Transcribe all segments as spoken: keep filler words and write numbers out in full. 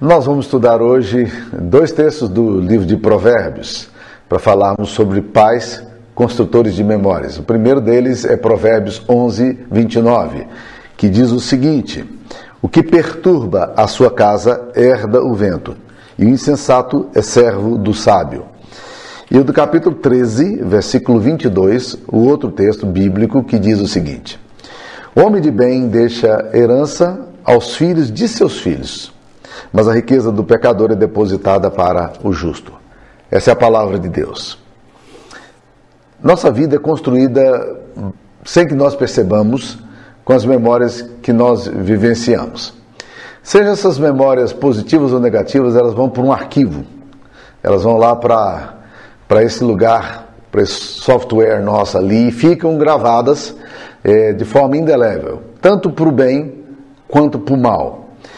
Nós vamos estudar hoje dois textos do livro de Provérbios para falarmos sobre pais construtores de memórias. O primeiro deles é Provérbios onze, vinte e nove, que diz o seguinte: o que perturba a sua casa herda o vento, e o insensato é servo do sábio. E o do capítulo treze, versículo vinte e dois, o outro texto bíblico que diz o seguinte: o homem de bem deixa herança aos filhos de seus filhos, mas a riqueza do pecador é depositada para o justo. Essa é a palavra de Deus. Nossa vida é construída, sem que nós percebamos, com as memórias que nós vivenciamos. Seja essas memórias positivas ou negativas, elas vão para um arquivo. Elas vão lá para, para esse lugar, para esse software nosso ali, e ficam gravadas é, de forma indelével, tanto para o bem quanto para o mal.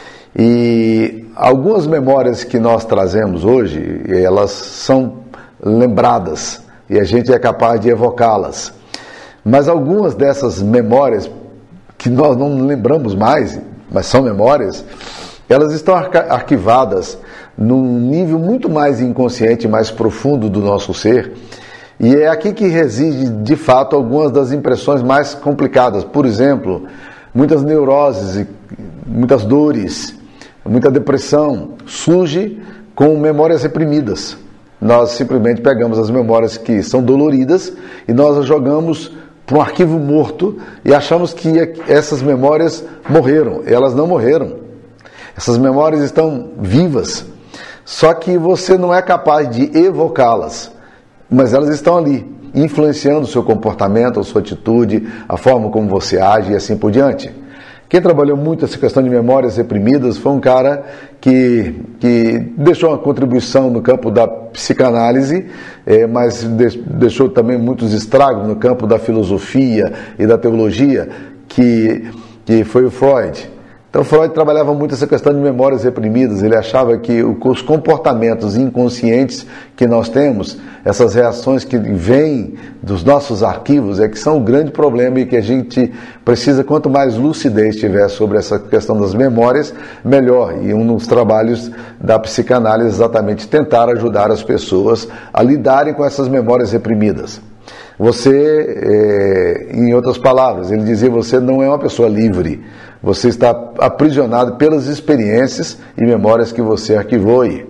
E algumas memórias que nós trazemos hoje, elas são lembradas e a gente é capaz de evocá-las. Mas algumas dessas memórias que nós não lembramos mais, mas são memórias, elas estão arquivadas num nível muito mais inconsciente, mais profundo do nosso ser. E é aqui que reside, de fato, algumas das impressões mais complicadas. Por exemplo, muitas neuroses, muitas dores, muita depressão surge com memórias reprimidas. Nós simplesmente pegamos as memórias que são doloridas e nós as jogamos para um arquivo morto e achamos que essas memórias morreram. Elas não morreram. Essas memórias estão vivas, só que você não é capaz de evocá-las, mas elas estão ali, influenciando o seu comportamento, a sua atitude, a forma como você age e assim por diante. Quem trabalhou muito essa questão de memórias reprimidas foi um cara que, que deixou uma contribuição no campo da psicanálise, é, mas de, deixou também muitos estragos no campo da filosofia e da teologia, que, que foi o Freud. Então Freud trabalhava muito essa questão de memórias reprimidas. Ele achava que os comportamentos inconscientes que nós temos, essas reações que vêm dos nossos arquivos, é que são o grande problema e que a gente precisa, quanto mais lucidez tiver sobre essa questão das memórias, melhor. E um dos trabalhos da psicanálise é exatamente tentar ajudar as pessoas a lidarem com essas memórias reprimidas. Você, é, em outras palavras, ele dizia, você não é uma pessoa livre, você está aprisionado pelas experiências e memórias que você arquivou aí.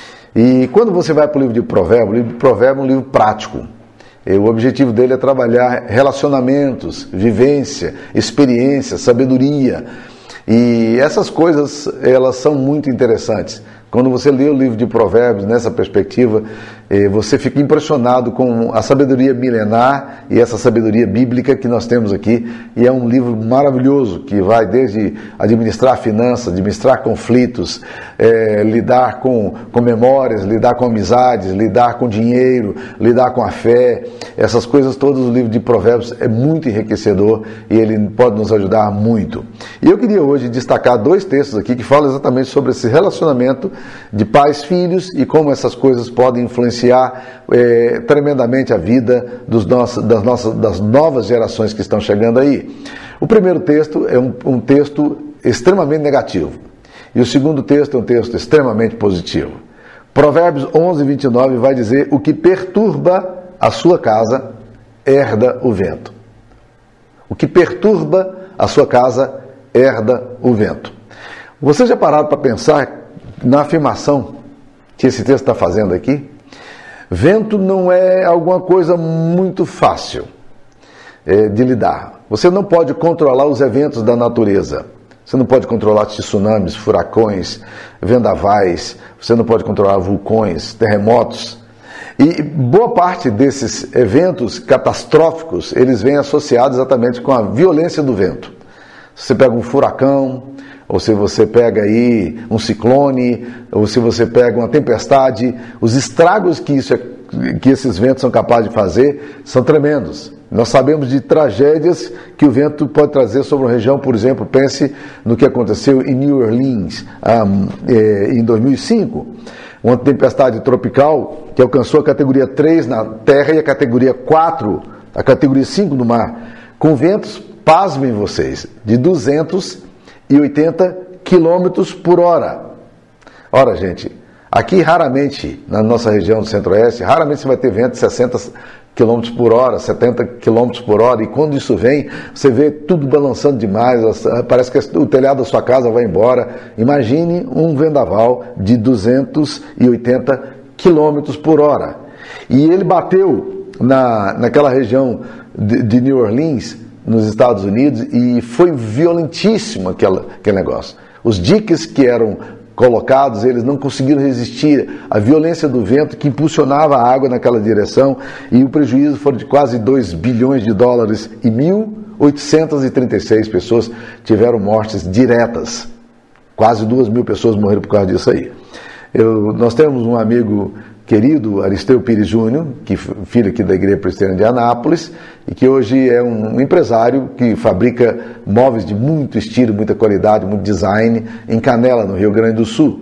E quando você vai para o livro de Provérbios, o livro de Provérbios é um livro prático. O objetivo dele é trabalhar relacionamentos, vivência, experiência, sabedoria. E essas coisas, elas são muito interessantes. Quando você lê o livro de Provérbios nessa perspectiva, você fica impressionado com a sabedoria milenar e essa sabedoria bíblica que nós temos aqui. E é um livro maravilhoso que vai desde administrar finanças, administrar conflitos, é, lidar com, com memórias, lidar com amizades, lidar com dinheiro, lidar com a fé. Essas coisas todas, o livro de Provérbios é muito enriquecedor e ele pode nos ajudar muito. E eu queria hoje destacar dois textos aqui que falam exatamente sobre esse relacionamento de pais, filhos e como essas coisas podem influenciar é, tremendamente a vida dos nossos, das, nossas, das novas gerações que estão chegando aí. O primeiro texto é um, um texto extremamente negativo e o segundo texto é um texto extremamente positivo. Provérbios onze, vinte e nove vai dizer: o que perturba a sua casa herda o vento. O que perturba a sua casa herda o vento. Você já pararam para pensar na afirmação que esse texto está fazendo aqui? Vento não é alguma coisa muito fácil é, de lidar. Você não pode controlar os eventos da natureza. Você não pode controlar tsunamis, furacões, vendavais. Você não pode controlar vulcões, terremotos. E boa parte desses eventos catastróficos, eles vêm associados exatamente com a violência do vento. Se você pega um furacão, ou se você pega aí um ciclone, ou se você pega uma tempestade, os estragos que, isso é, que esses ventos são capazes de fazer são tremendos. Nós sabemos de tragédias que o vento pode trazer sobre uma região. Por exemplo, pense no que aconteceu em New Orleans um, é, em dois mil e cinco, uma tempestade tropical que alcançou a categoria três na terra e a categoria quatro, a categoria cinco no mar, com ventos, pasmem vocês, de duzentos e oitenta quilômetros por hora. Ora, gente, aqui raramente, na nossa região do Centro-Oeste, raramente você vai ter vento de sessenta quilômetros por hora, setenta quilômetros por hora, e quando isso vem, você vê tudo balançando demais, parece que o telhado da sua casa vai embora. Imagine um vendaval de duzentos e oitenta quilômetros por hora. E ele bateu na, naquela região de, de New Orleans, nos Estados Unidos, e foi violentíssimo aquela, aquele negócio. Os diques que eram colocados, eles não conseguiram resistir à violência do vento que impulsionava a água naquela direção, e o prejuízo foi de quase dois bilhões de dólares, e mil oitocentas e trinta e seis pessoas tiveram mortes diretas. Quase duas mil pessoas morreram por causa disso aí. Eu, nós temos um amigo querido, Aristeu Pires Júnior, que filho aqui da Igreja Presbiteriana de Anápolis, e que hoje é um empresário que fabrica móveis de muito estilo, muita qualidade, muito design, em Canela, no Rio Grande do Sul.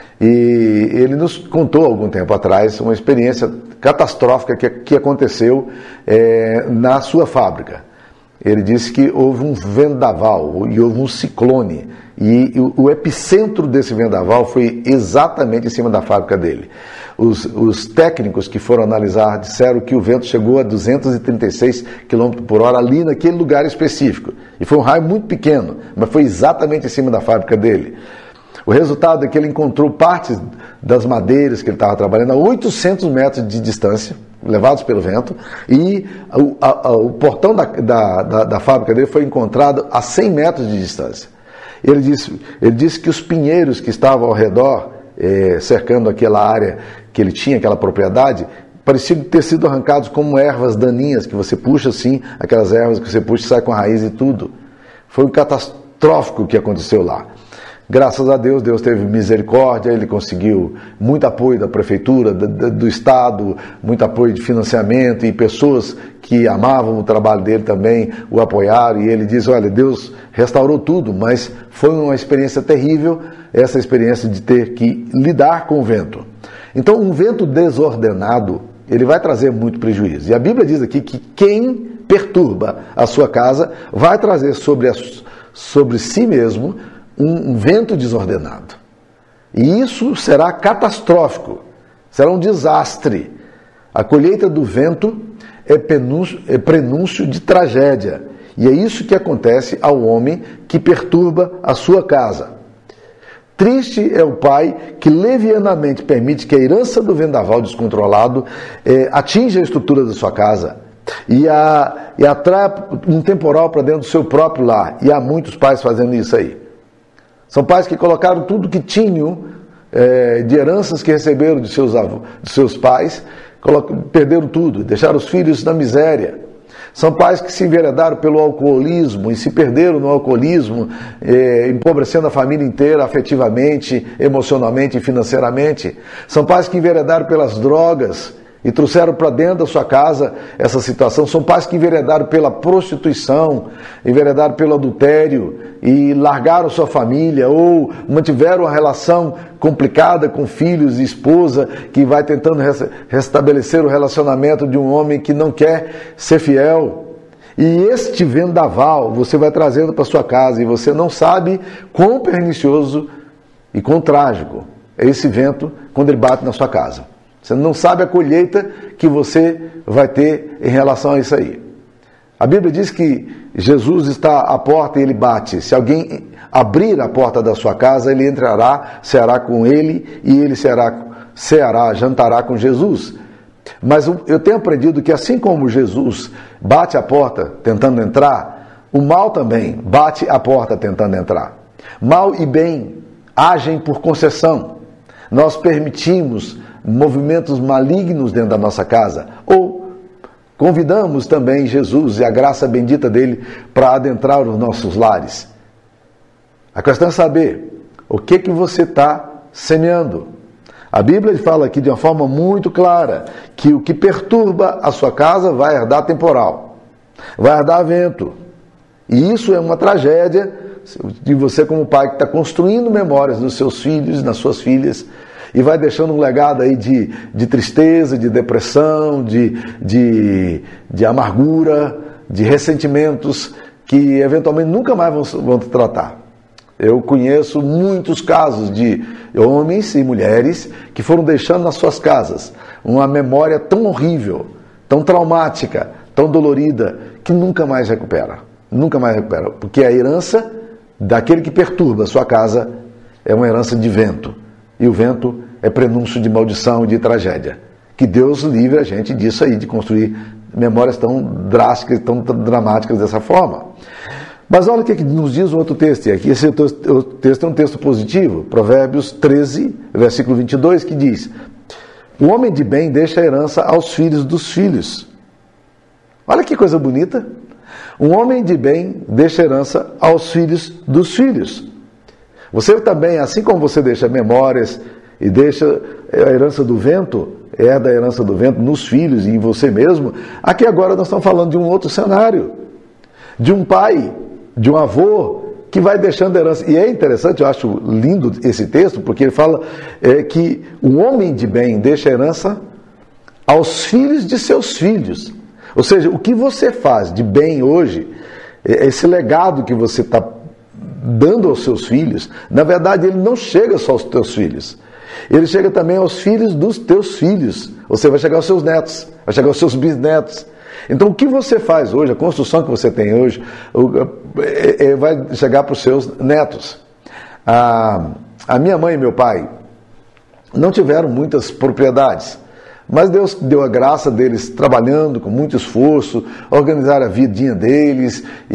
E ele nos contou algum tempo atrás uma experiência catastrófica que, que aconteceu é, na sua fábrica. Ele disse que houve um vendaval e houve um ciclone, e o, o epicentro desse vendaval foi exatamente em cima da fábrica dele. Os, os técnicos que foram analisar disseram que o vento chegou a duzentos e trinta e seis quilômetros por hora ali naquele lugar específico. E foi um raio muito pequeno, mas foi exatamente em cima da fábrica dele. O resultado é que ele encontrou partes das madeiras que ele estava trabalhando a oitocentos metros de distância, levados pelo vento, e o, a, a, o portão da, da, da, da fábrica dele foi encontrado a cem metros de distância. Ele disse, ele disse que os pinheiros que estavam ao redor, eh, cercando aquela área que ele tinha, aquela propriedade, pareciam ter sido arrancados como ervas daninhas, que você puxa assim, aquelas ervas que você puxa e sai com a raiz e tudo. Foi um catastrófico o que aconteceu lá. Graças a Deus, Deus teve misericórdia, ele conseguiu muito apoio da prefeitura, do, do estado, muito apoio de financiamento, e pessoas que amavam o trabalho dele também o apoiaram, e ele diz, olha, Deus restaurou tudo, mas foi uma experiência terrível, essa experiência de ter que lidar com o vento. Então, um vento desordenado, ele vai trazer muito prejuízo. E a Bíblia diz aqui que quem perturba a sua casa vai trazer sobre, a, sobre si mesmo um vento desordenado. E isso será catastrófico, será um desastre. A colheita do vento é, penúncio, é prenúncio de tragédia. E é isso que acontece ao homem que perturba a sua casa. Triste é o pai que levianamente permite que a herança do vendaval descontrolado é, atinja a estrutura da sua casa e, a, e atraia um temporal para dentro do seu próprio lar. E há muitos pais fazendo isso aí. São pais que colocaram tudo que tinham é, de heranças que receberam de seus, avós, de seus pais, perderam tudo, deixaram os filhos na miséria. São pais que se enveredaram pelo alcoolismo e se perderam no alcoolismo, é, empobrecendo a família inteira afetivamente, emocionalmente e financeiramente. São pais que enveredaram pelas drogas e trouxeram para dentro da sua casa essa situação. São pais que enveredaram pela prostituição, enveredaram pelo adultério e largaram sua família, ou mantiveram uma relação complicada com filhos e esposa, que vai tentando restabelecer o relacionamento de um homem que não quer ser fiel. E este vendaval você vai trazendo para sua casa, e você não sabe quão pernicioso e quão trágico é esse vento quando ele bate na sua casa. Você não sabe a colheita que você vai ter em relação a isso aí. A Bíblia diz que Jesus está à porta e ele bate. Se alguém abrir a porta da sua casa, ele entrará, ceará com ele, e ele ceará, ceará, jantará com Jesus. Mas eu tenho aprendido que assim como Jesus bate a porta tentando entrar, o mal também bate a porta tentando entrar. Mal e bem agem por concessão. Nós permitimos movimentos malignos dentro da nossa casa, ou convidamos também Jesus e a graça bendita dele para adentrar os nossos lares. A questão é saber o que, que você está semeando. A Bíblia fala aqui de uma forma muito clara que o que perturba a sua casa vai herdar temporal, vai herdar vento. E isso é uma tragédia de você como pai que está construindo memórias dos seus filhos, das suas filhas, e vai deixando um legado aí de, de tristeza, de depressão, de, de, de amargura, de ressentimentos que eventualmente nunca mais vão, vão tratar. Eu conheço muitos casos de homens e mulheres que foram deixando nas suas casas uma memória tão horrível, tão traumática, tão dolorida, que nunca mais recupera. Nunca mais recupera. Porque a herança daquele que perturba a sua casa é uma herança de vento. E o vento é prenúncio de maldição e de tragédia. Que Deus livre a gente disso aí, de construir memórias tão drásticas, tão dramáticas dessa forma. Mas olha o que nos diz o outro texto, e aqui esse texto é um texto positivo, Provérbios treze, versículo vinte e dois, que diz: o homem de bem deixa a herança aos filhos dos filhos. Olha que coisa bonita. Um homem de bem deixa a herança aos filhos dos filhos. Você também, assim como você deixa memórias e deixa a herança do vento, é da herança do vento nos filhos e em você mesmo, aqui agora nós estamos falando de um outro cenário, de um pai, de um avô que vai deixando herança. E é interessante, eu acho lindo esse texto, porque ele fala é, que o homem de bem deixa herança aos filhos de seus filhos. Ou seja, o que você faz de bem hoje, esse legado que você está dando aos seus filhos, na verdade ele não chega só aos teus filhos, ele chega também aos filhos dos teus filhos. Você vai chegar aos seus netos, vai chegar aos seus bisnetos. Então, o que você faz hoje, a construção que você tem hoje, vai chegar para os seus netos. A, a minha mãe e meu pai não tiveram muitas propriedades, mas Deus deu a graça deles trabalhando com muito esforço, organizar a vidinha deles, e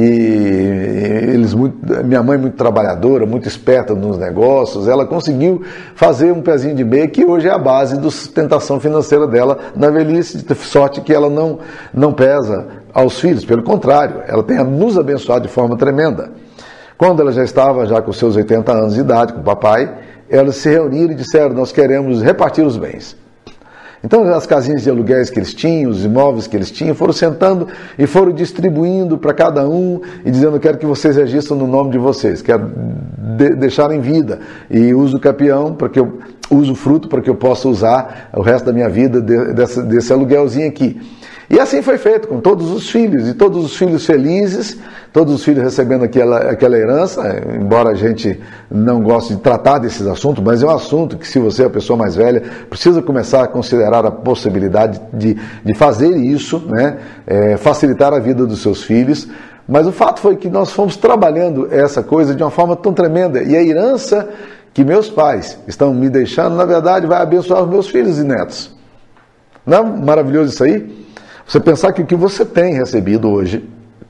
eles muito, minha mãe muito trabalhadora, muito esperta nos negócios, ela conseguiu fazer um pezinho de meia que hoje é a base da sustentação financeira dela na velhice, de sorte que ela não, não pesa aos filhos, pelo contrário, ela tem a nos abençoado de forma tremenda. Quando ela já estava já com seus oitenta anos de idade, com o papai, elas se reuniram e disseram: nós queremos repartir os bens. Então as casinhas de aluguéis que eles tinham, os imóveis que eles tinham, foram sentando e foram distribuindo para cada um e dizendo: quero que vocês registram no nome de vocês, quero de deixar em vida e uso o capião, para que eu uso o fruto para que eu possa usar o resto da minha vida de, desse, desse aluguelzinho aqui. E assim foi feito com todos os filhos, e todos os filhos felizes, todos os filhos recebendo aquela, aquela herança, embora a gente não goste de tratar desses assuntos, mas é um assunto que, se você é a pessoa mais velha, precisa começar a considerar a possibilidade de, de fazer isso, né? É, facilitar a vida dos seus filhos. Mas o fato foi que nós fomos trabalhando essa coisa de uma forma tão tremenda, e a herança que meus pais estão me deixando, na verdade, vai abençoar os meus filhos e netos. Não é maravilhoso isso aí? Você pensar que o que você tem recebido hoje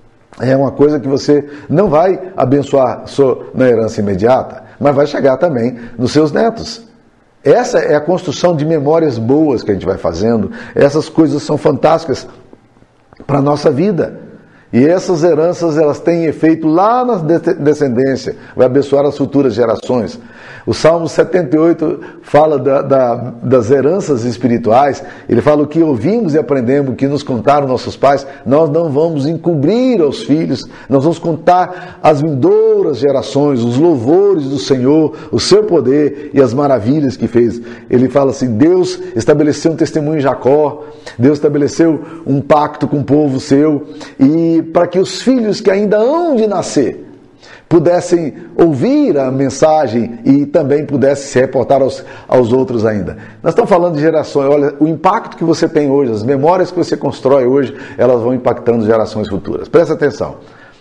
é uma coisa que você não vai abençoar só na herança imediata, mas vai chegar também nos seus netos. Essa é a construção de memórias boas que a gente vai fazendo. Essas coisas são fantásticas para a nossa vida. E essas heranças, elas têm efeito lá na descendência, vai abençoar as futuras gerações. O Salmo setenta e oito fala da, da, das heranças espirituais. Ele fala: o que ouvimos e aprendemos, o que nos contaram nossos pais, nós não vamos encobrir aos filhos, nós vamos contar às vindouras gerações os louvores do Senhor, o seu poder e as maravilhas que fez. Ele fala assim: Deus estabeleceu um testemunho em Jacó, Deus estabeleceu um pacto com o povo seu, e para que os filhos que ainda hão de nascer pudessem ouvir a mensagem e também pudessem se reportar aos, aos outros ainda. Nós estamos falando de gerações. Olha, o impacto que você tem hoje, as memórias que você constrói hoje, elas vão impactando gerações futuras. Presta atenção.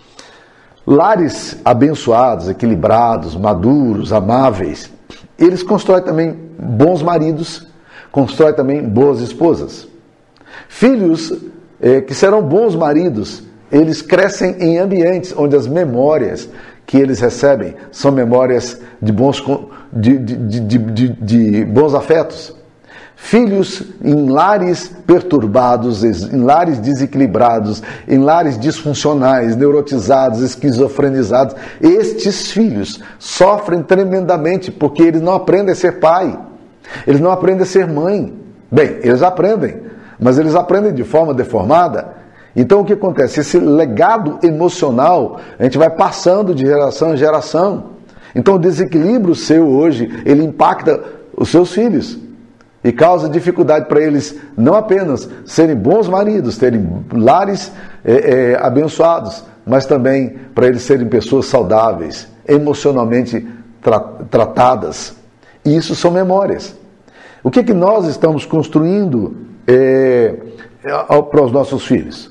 Lares abençoados, equilibrados, maduros, amáveis, eles constroem também bons maridos, constroem também boas esposas. Filhos eh, que serão bons maridos, eles crescem em ambientes onde as memórias que eles recebem são memórias de bons, de, de, de, de, de bons afetos. Filhos em lares perturbados, em lares desequilibrados, em lares disfuncionais, neurotizados, esquizofrenizados, estes filhos sofrem tremendamente porque eles não aprendem a ser pai, eles não aprendem a ser mãe. Bem, eles aprendem, mas eles aprendem de forma deformada. Então o que acontece? Esse legado emocional a gente vai passando de geração em geração. Então o desequilíbrio seu hoje, ele impacta os seus filhos e causa dificuldade para eles não apenas serem bons maridos, terem lares é, é, abençoados, mas também para eles serem pessoas saudáveis emocionalmente tra tratadas. E isso são memórias. O que, que nós estamos construindo é, para os nossos filhos?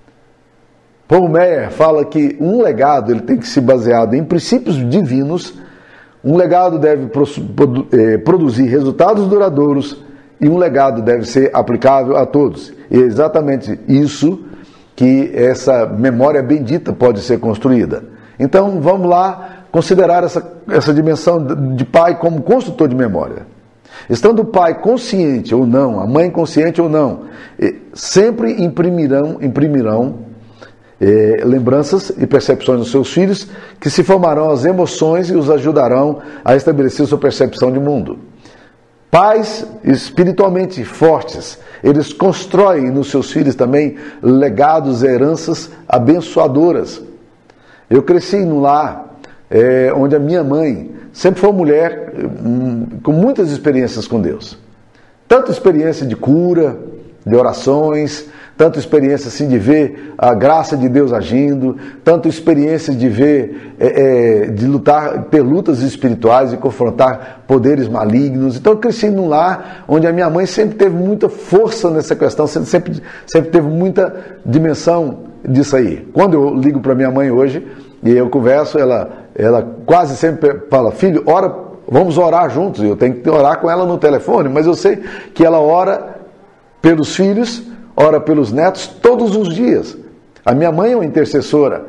Paul Meyer fala que um legado ele tem que ser baseado em princípios divinos, um legado deve produ eh, produzir resultados duradouros e um legado deve ser aplicável a todos. E é exatamente isso que essa memória bendita pode ser construída. Então vamos lá considerar essa, essa dimensão de pai como construtor de memória. Estando o pai consciente ou não, a mãe consciente ou não, sempre imprimirão, imprimirão Eh, lembranças e percepções dos seus filhos que se formarão as emoções e os ajudarão a estabelecer sua percepção de mundo. Pais espiritualmente fortes, eles constroem nos seus filhos também legados e heranças abençoadoras. Eu cresci num lar eh, onde a minha mãe sempre foi uma mulher hum, com muitas experiências com Deus. Tanto experiência de cura, de orações, tanto experiência assim de ver a graça de Deus agindo, tanto experiência de ver, é, é, de lutar por lutas espirituais e confrontar poderes malignos. Então eu cresci num lar onde a minha mãe sempre teve muita força nessa questão, sempre, sempre teve muita dimensão disso aí. Quando eu ligo para minha mãe hoje e eu converso, ela, ela quase sempre fala, filho, ora, vamos orar juntos. Eu tenho que orar com ela no telefone, mas eu sei que ela ora pelos filhos, ora pelos netos todos os dias. A minha mãe é uma intercessora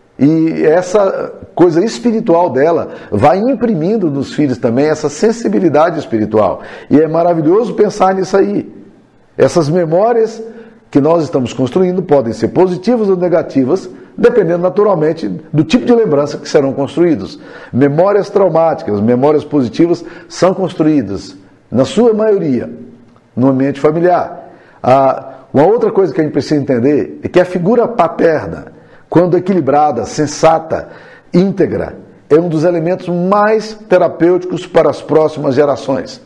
e essa coisa espiritual dela vai imprimindo nos filhos também essa sensibilidade espiritual. E é maravilhoso pensar nisso aí. Essas memórias que nós estamos construindo podem ser positivas ou negativas, dependendo naturalmente do tipo de lembrança que serão construídos. Memórias traumáticas, memórias positivas são construídas, na sua maioria, no ambiente familiar. A Uma outra coisa que a gente precisa entender é que a figura paterna, quando equilibrada, sensata, íntegra, é um dos elementos mais terapêuticos para as próximas gerações.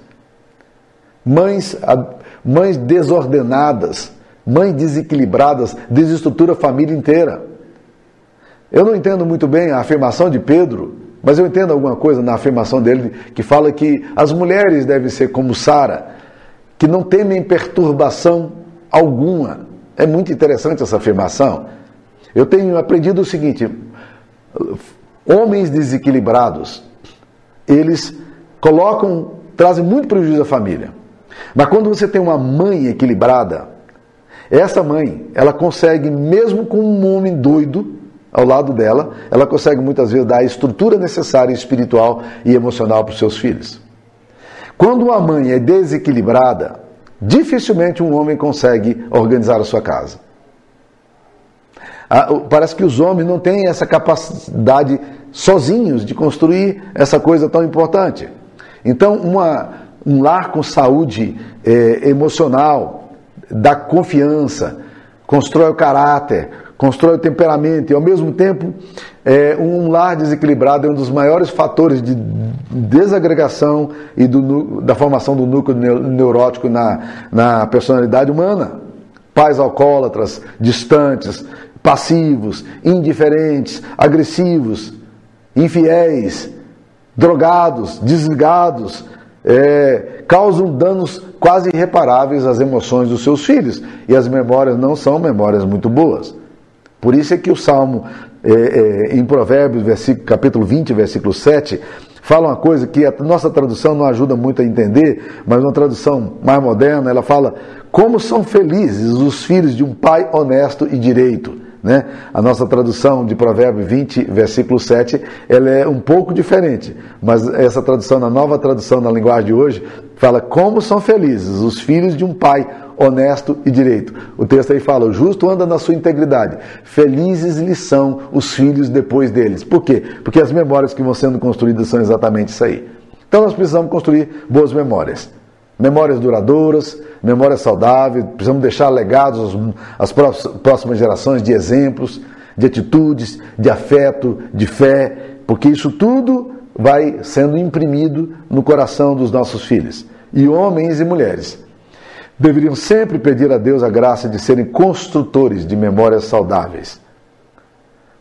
Mães, mães desordenadas, mães desequilibradas, desestrutura a família inteira. Eu não entendo muito bem a afirmação de Pedro, mas eu entendo alguma coisa na afirmação dele que fala que as mulheres devem ser como Sara, que não temem perturbação alguma. É muito interessante essa afirmação. Eu tenho aprendido o seguinte, homens desequilibrados, eles colocam, trazem muito prejuízo à família. Mas quando você tem uma mãe equilibrada, essa mãe, ela consegue, mesmo com um homem doido ao lado dela, ela consegue muitas vezes dar a estrutura necessária espiritual e emocional para os seus filhos. Quando uma mãe é desequilibrada, dificilmente um homem consegue organizar a sua casa. Ah, parece que os homens não têm essa capacidade sozinhos de construir essa coisa tão importante. Então, uma, um lar com saúde eh, emocional, dá confiança, constrói o caráter, constrói o temperamento e, ao mesmo tempo, é, um lar desequilibrado é um dos maiores fatores de desagregação e do, da formação do núcleo neurótico na, na personalidade humana. Pais alcoólatras, distantes, passivos, indiferentes, agressivos, infiéis, drogados, desligados, é, causam danos quase irreparáveis às emoções dos seus filhos. E as memórias não são memórias muito boas. Por isso é que o Salmo, é, é, em Provérbios, versículo, capítulo vinte, versículo sete, fala uma coisa que a nossa tradução não ajuda muito a entender, mas uma tradução mais moderna, ela fala, como são felizes os filhos de um pai honesto e direito. Né? A nossa tradução de Provérbios vinte, versículo sete, ela é um pouco diferente, mas essa tradução, na nova tradução na linguagem de hoje, fala como são felizes os filhos de um pai honesto e direito. O texto aí fala, o justo anda na sua integridade, felizes lhes são os filhos depois deles. Por quê? Porque as memórias que vão sendo construídas são exatamente isso aí. Então nós precisamos construir boas memórias. Memórias duradouras, memórias saudáveis, precisamos deixar legados às próximas gerações de exemplos, de atitudes, de afeto, de fé, porque isso tudo vai sendo imprimido no coração dos nossos filhos. E homens e mulheres deveriam sempre pedir a Deus a graça de serem construtores de memórias saudáveis.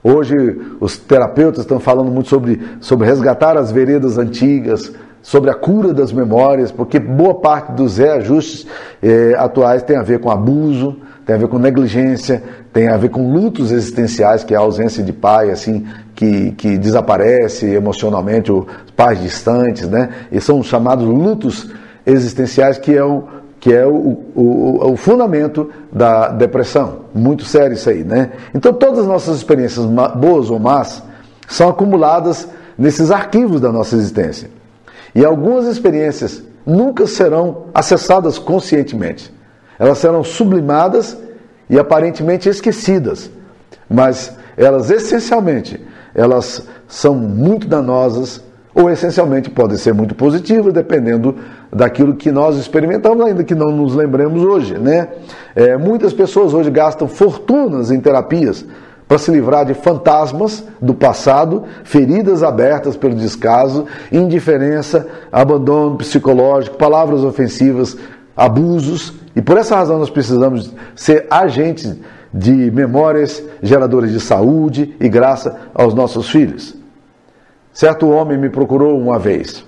Hoje os terapeutas estão falando muito sobre, sobre resgatar as veredas antigas, sobre a cura das memórias, porque boa parte dos reajustes eh, atuais tem a ver com abuso, tem a ver com negligência, tem a ver com lutos existenciais, que é a ausência de pai, assim, que, que desaparece emocionalmente, os pais distantes, né? E são chamados lutos existenciais, que é o, que é o, o, o fundamento da depressão. Muito sério isso aí, né? Então todas as nossas experiências, boas ou más, são acumuladas nesses arquivos da nossa existência. E algumas experiências nunca serão acessadas conscientemente. Elas serão sublimadas e aparentemente esquecidas, mas elas essencialmente, elas são muito danosas ou essencialmente podem ser muito positivas, dependendo daquilo que nós experimentamos, ainda que não nos lembremos hoje, né? É, muitas pessoas hoje gastam fortunas em terapias para se livrar de fantasmas do passado, feridas abertas pelo descaso, indiferença, abandono psicológico, palavras ofensivas, abusos. E por essa razão nós precisamos ser agentes de memórias geradoras de saúde e graça aos nossos filhos. Certo homem me procurou uma vez.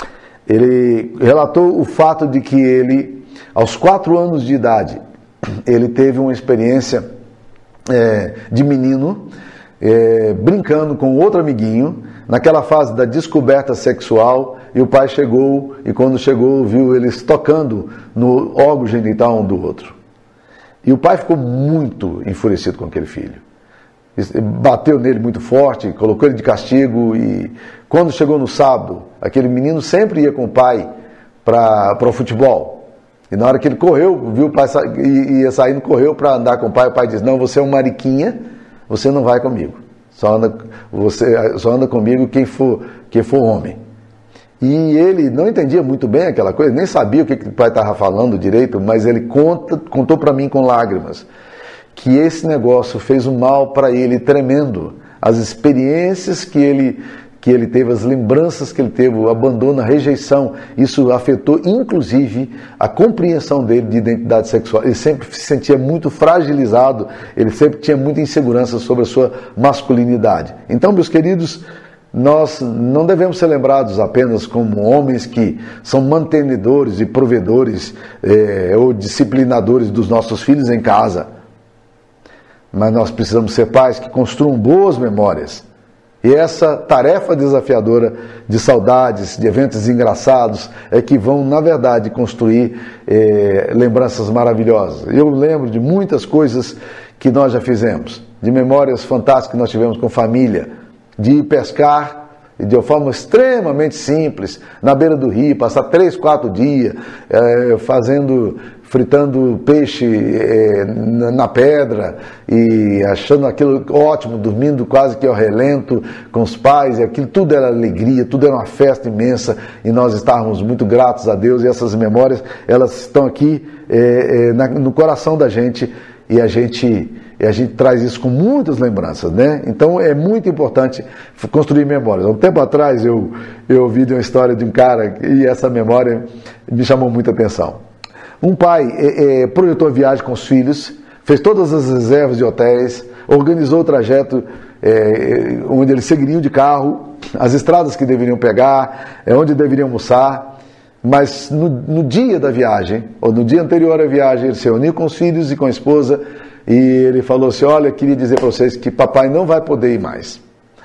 Ele relatou o fato de que ele, aos quatro anos de idade, ele teve uma experiência é, de menino, é, brincando com outro amiguinho, naquela fase da descoberta sexual, e o pai chegou, e quando chegou, viu eles tocando no órgão genital um do outro. E o pai ficou muito enfurecido com aquele filho. Bateu nele muito forte, colocou ele de castigo, e quando chegou no sábado, aquele menino sempre ia com o pai para o futebol. E na hora que ele correu, viu o pai sa- ia saindo, correu para andar com o pai, o pai disse: não, você é um mariquinha, você não vai comigo. Só anda, você, só anda comigo quem for, quem for homem. E ele não entendia muito bem aquela coisa, nem sabia o que, que o pai estava falando direito, mas ele conta, contou para mim com lágrimas que esse negócio fez um mal para ele tremendo. As experiências que ele, que ele teve, as lembranças que ele teve, o abandono, a rejeição, isso afetou inclusive a compreensão dele de identidade sexual. Ele sempre se sentia muito fragilizado, ele sempre tinha muita insegurança sobre a sua masculinidade. Então, meus queridos, nós não devemos ser lembrados apenas como homens que são mantenedores e provedores eh, ou disciplinadores dos nossos filhos em casa, mas nós precisamos ser pais que construam boas memórias. E essa tarefa desafiadora de saudades, de eventos engraçados, é que vão, na verdade, construir eh, lembranças maravilhosas. Eu lembro de muitas coisas que nós já fizemos, de memórias fantásticas que nós tivemos com família, de ir pescar de uma forma extremamente simples, na beira do rio, passar três, quatro dias é, fazendo, fritando peixe é, na, na pedra e achando aquilo ótimo, dormindo quase que ao relento com os pais, e aquilo tudo era alegria, tudo era uma festa imensa, e nós estávamos muito gratos a Deus, e essas memórias, elas estão aqui é, é, na, no coração da gente, e a gente... E a gente traz isso com muitas lembranças, né? Então é muito importante construir memórias. Há um tempo atrás eu, eu ouvi de uma história de um cara, e essa memória me chamou muita atenção. Um pai é, é, projetou a viagem com os filhos, fez todas as reservas de hotéis, organizou o trajeto é, onde eles seguiriam de carro, as estradas que deveriam pegar, é, onde deveriam almoçar. Mas no, no dia da viagem, ou no dia anterior à viagem, ele se reuniu com os filhos e com a esposa, e ele falou assim: olha, queria dizer para vocês que papai não vai poder ir mais.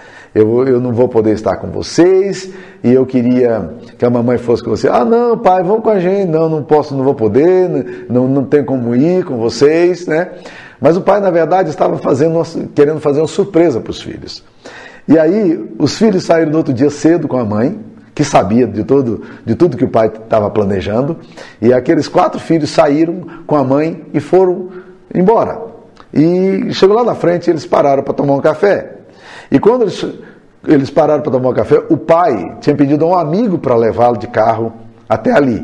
Eu, eu não vou poder estar com vocês, e eu queria que a mamãe fosse com você. Ah, não, pai, vão com a gente. Não, não posso, não vou poder, não, não tem como ir com vocês, né? Mas o pai, na verdade, estava fazendo uma, querendo fazer uma surpresa para os filhos. E aí, os filhos saíram no outro dia cedo com a mãe, que sabia de, todo, de tudo que o pai estava planejando, e aqueles quatro filhos saíram com a mãe e foram embora. E chegou lá na frente, eles pararam para tomar um café. E quando eles, eles pararam para tomar um café, o pai tinha pedido a um amigo para levá-lo de carro até ali.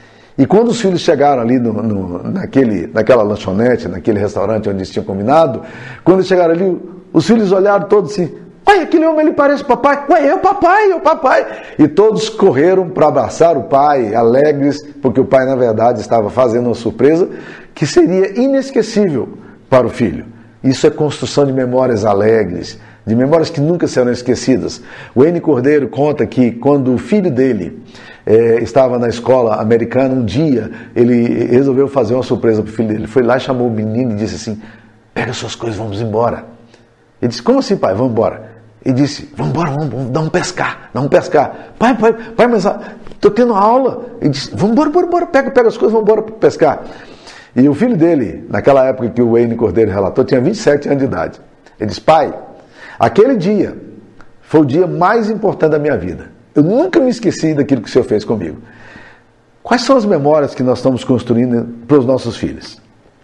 E quando os filhos chegaram ali no, no, naquele, naquela lanchonete, naquele restaurante onde eles tinham combinado, quando eles chegaram ali, os filhos olharam todos assim: ué, aquele homem, ele parece o papai. Ué, é o papai, é o papai. E todos correram para abraçar o pai, alegres, porque o pai, na verdade, estava fazendo uma surpresa que seria inesquecível para o filho. Isso é construção de memórias alegres, de memórias que nunca serão esquecidas. O Wayne Cordeiro conta que quando o filho dele é, estava na escola americana, um dia ele resolveu fazer uma surpresa para o filho dele. Ele foi lá, chamou o menino e disse assim: pega suas coisas, vamos embora. Ele disse: como assim, pai? Vamos embora. Ele disse: vamos embora, vamos, vamos dar um pescar, dar um pescar. Pai, pai, pai, mas estou tendo aula. Ele disse: vamos embora, embora, embora, pega, pega as coisas, vamos embora pescar. E o filho dele, naquela época que o Wayne Cordeiro relatou, tinha vinte e sete anos de idade. Ele disse: pai, aquele dia foi o dia mais importante da minha vida. Eu nunca me esqueci daquilo que o Senhor fez comigo. Quais são as memórias que nós estamos construindo para os nossos filhos?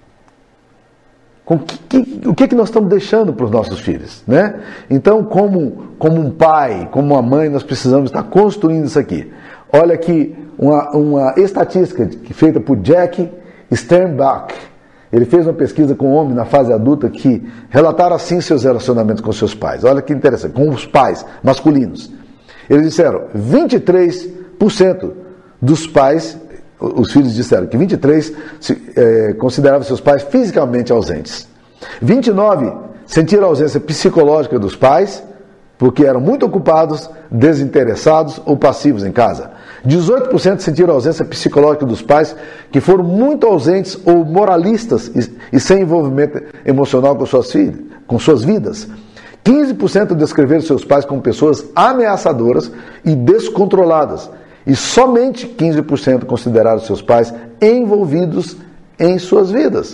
Com que, que, o que, que nós estamos deixando para os nossos filhos? Né? Então, como, como um pai, como uma mãe, nós precisamos estar construindo isso aqui. Olha aqui uma, uma estatística feita por Jack Sternbach. Ele fez uma pesquisa com homens na fase adulta que relataram assim seus relacionamentos com seus pais. Olha que interessante, com os pais masculinos. Eles disseram, vinte e três por cento dos pais, os filhos disseram que vinte e três por cento é, consideravam seus pais fisicamente ausentes. vinte e nove por cento sentiram a ausência psicológica dos pais, porque eram muito ocupados, desinteressados ou passivos em casa. dezoito por cento sentiram a ausência psicológica dos pais, que foram muito ausentes ou moralistas e, e sem envolvimento emocional com suas, filhas, com suas vidas. quinze por cento descreveram seus pais como pessoas ameaçadoras e descontroladas. E somente quinze por cento consideraram seus pais envolvidos em suas vidas.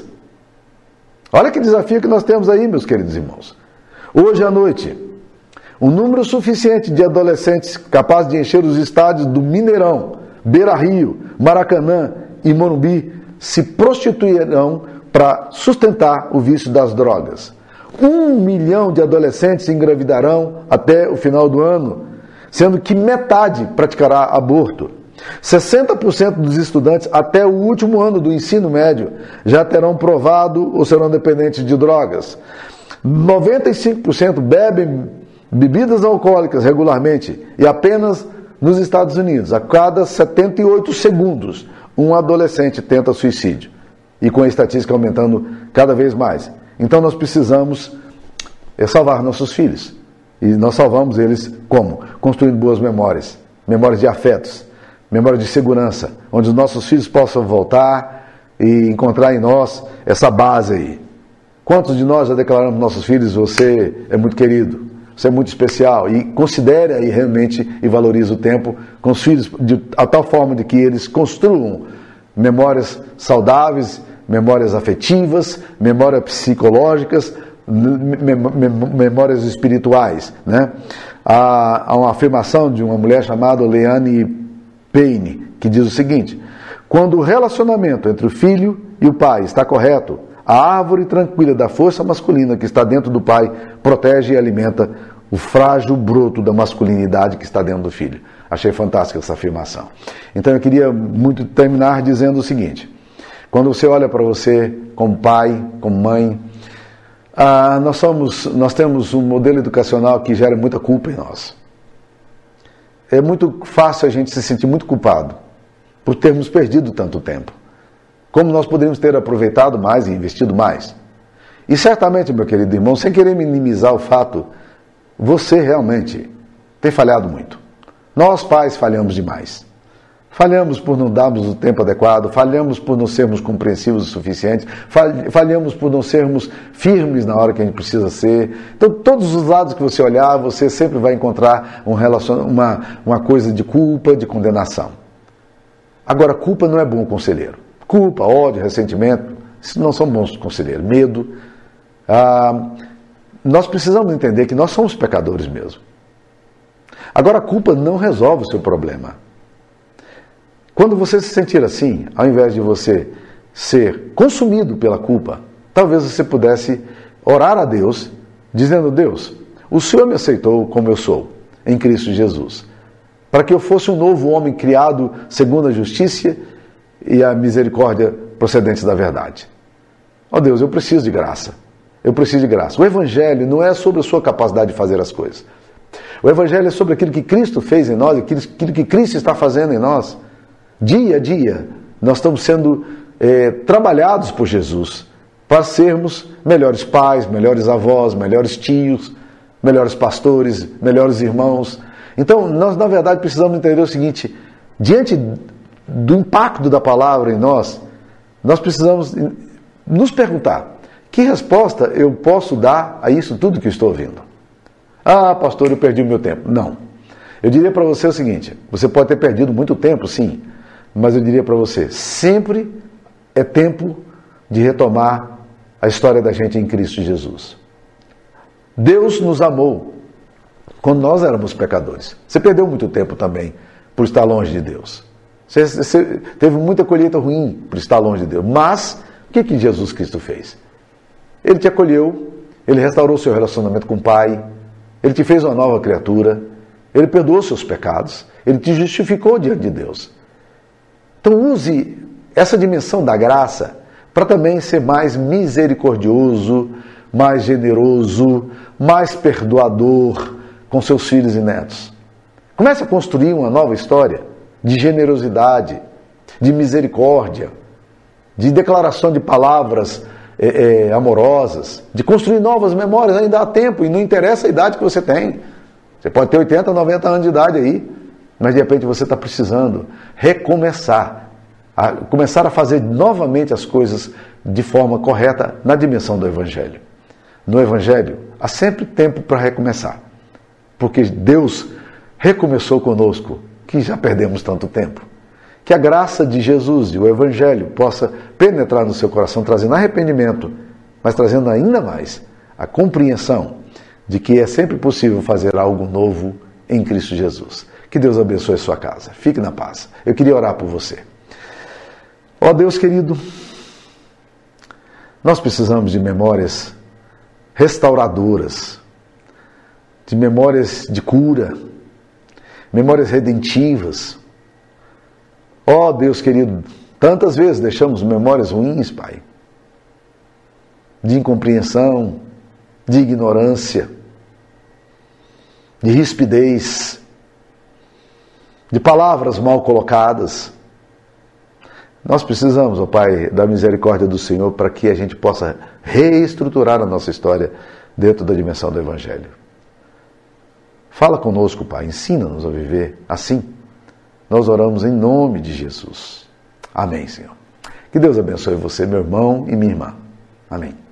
Olha que desafio que nós temos aí, meus queridos irmãos. Hoje à noite, um número suficiente de adolescentes capazes de encher os estádios do Mineirão, Beira-Rio, Maracanã e Morumbi se prostituirão para sustentar o vício das drogas. Um milhão de adolescentes engravidarão até o final do ano, sendo que metade praticará aborto. sessenta por cento dos estudantes até o último ano do ensino médio já terão provado ou serão dependentes de drogas. noventa e cinco por cento bebem bebidas alcoólicas regularmente e apenas nos Estados Unidos, a cada setenta e oito segundos, um adolescente tenta suicídio. E com a estatística aumentando cada vez mais. Então nós precisamos salvar nossos filhos. E nós salvamos eles como? Construindo boas memórias, memórias de afetos, memórias de segurança, onde os nossos filhos possam voltar e encontrar em nós essa base aí. Quantos de nós já declaramos para nossos filhos: você é muito querido, você é muito especial, e considere aí realmente e valorize o tempo com os filhos de a tal forma de que eles construam memórias saudáveis, memórias afetivas, memórias psicológicas, memórias espirituais, né? Há, há uma afirmação de uma mulher chamada Leanne Payne, que diz o seguinte: quando o relacionamento entre o filho e o pai está correto, a árvore tranquila da força masculina que está dentro do pai protege e alimenta o frágil broto da masculinidade que está dentro do filho. Achei fantástica essa afirmação. Então eu queria muito terminar dizendo o seguinte: quando você olha para você como pai, como mãe, ah, nós, somos, nós temos um modelo educacional que gera muita culpa em nós. É muito fácil a gente se sentir muito culpado por termos perdido tanto tempo. Como nós poderíamos ter aproveitado mais e investido mais. E certamente, meu querido irmão, sem querer minimizar o fato, você realmente tem falhado muito. Nós, pais, falhamos demais. Falhamos por não darmos o tempo adequado, falhamos por não sermos compreensivos o suficiente, falhamos por não sermos firmes na hora que a gente precisa ser. Então, todos os lados que você olhar, você sempre vai encontrar um relacion... uma, uma coisa de culpa, de condenação. Agora, culpa não é bom conselheiro. Culpa, ódio, ressentimento, isso não são bons conselheiros. Medo. Ah, nós precisamos entender que nós somos pecadores mesmo. Agora, a culpa não resolve o seu problema. Quando você se sentir assim, ao invés de você ser consumido pela culpa, talvez você pudesse orar a Deus, dizendo: Deus, o Senhor me aceitou como eu sou, em Cristo Jesus, para que eu fosse um novo homem criado segundo a justiça e a misericórdia procedentes da verdade. Ó Deus, eu preciso de graça, eu preciso de graça. O Evangelho não é sobre a sua capacidade de fazer as coisas. O Evangelho é sobre aquilo que Cristo fez em nós, aquilo que Cristo está fazendo em nós. Dia a dia, nós estamos sendo é, trabalhados por Jesus para sermos melhores pais, melhores avós, melhores tios, melhores pastores, melhores irmãos. Então, nós na verdade precisamos entender o seguinte: diante do impacto da palavra em nós, nós precisamos nos perguntar: que resposta eu posso dar a isso tudo que estou ouvindo? Ah, pastor, eu perdi o meu tempo. Não. Eu diria para você o seguinte: você pode ter perdido muito tempo, sim, mas eu diria para você, sempre é tempo de retomar a história da gente em Cristo Jesus. Deus nos amou quando nós éramos pecadores. Você perdeu muito tempo também por estar longe de Deus. Você, você teve muita colheita ruim por estar longe de Deus. Mas, o que, que Jesus Cristo fez? Ele te acolheu, Ele restaurou seu relacionamento com o Pai, Ele te fez uma nova criatura, Ele perdoou seus pecados, Ele te justificou diante de Deus. Então use essa dimensão da graça para também ser mais misericordioso, mais generoso, mais perdoador com seus filhos e netos. Comece a construir uma nova história de generosidade, de misericórdia, de declaração de palavras é, é, amorosas, de construir novas memórias. Ainda há tempo e não interessa a idade que você tem. Você pode ter oitenta, noventa anos de idade aí, mas de repente você está precisando recomeçar, a começar a fazer novamente as coisas de forma correta na dimensão do Evangelho. No Evangelho há sempre tempo para recomeçar, porque Deus recomeçou conosco, que já perdemos tanto tempo. Que a graça de Jesus e o Evangelho possa penetrar no seu coração, trazendo arrependimento, mas trazendo ainda mais a compreensão de que é sempre possível fazer algo novo em Cristo Jesus. Que Deus abençoe a sua casa. Fique na paz. Eu queria orar por você. Ó Deus querido, nós precisamos de memórias restauradoras, de memórias de cura, memórias redentivas. Ó Deus querido, tantas vezes deixamos memórias ruins, Pai, de incompreensão, de ignorância, de rispidez, de palavras mal colocadas. Nós precisamos, ó Pai, da misericórdia do Senhor para que a gente possa reestruturar a nossa história dentro da dimensão do Evangelho. Fala conosco, Pai, ensina-nos a viver assim. Nós oramos em nome de Jesus. Amém, Senhor. Que Deus abençoe você, meu irmão e minha irmã. Amém.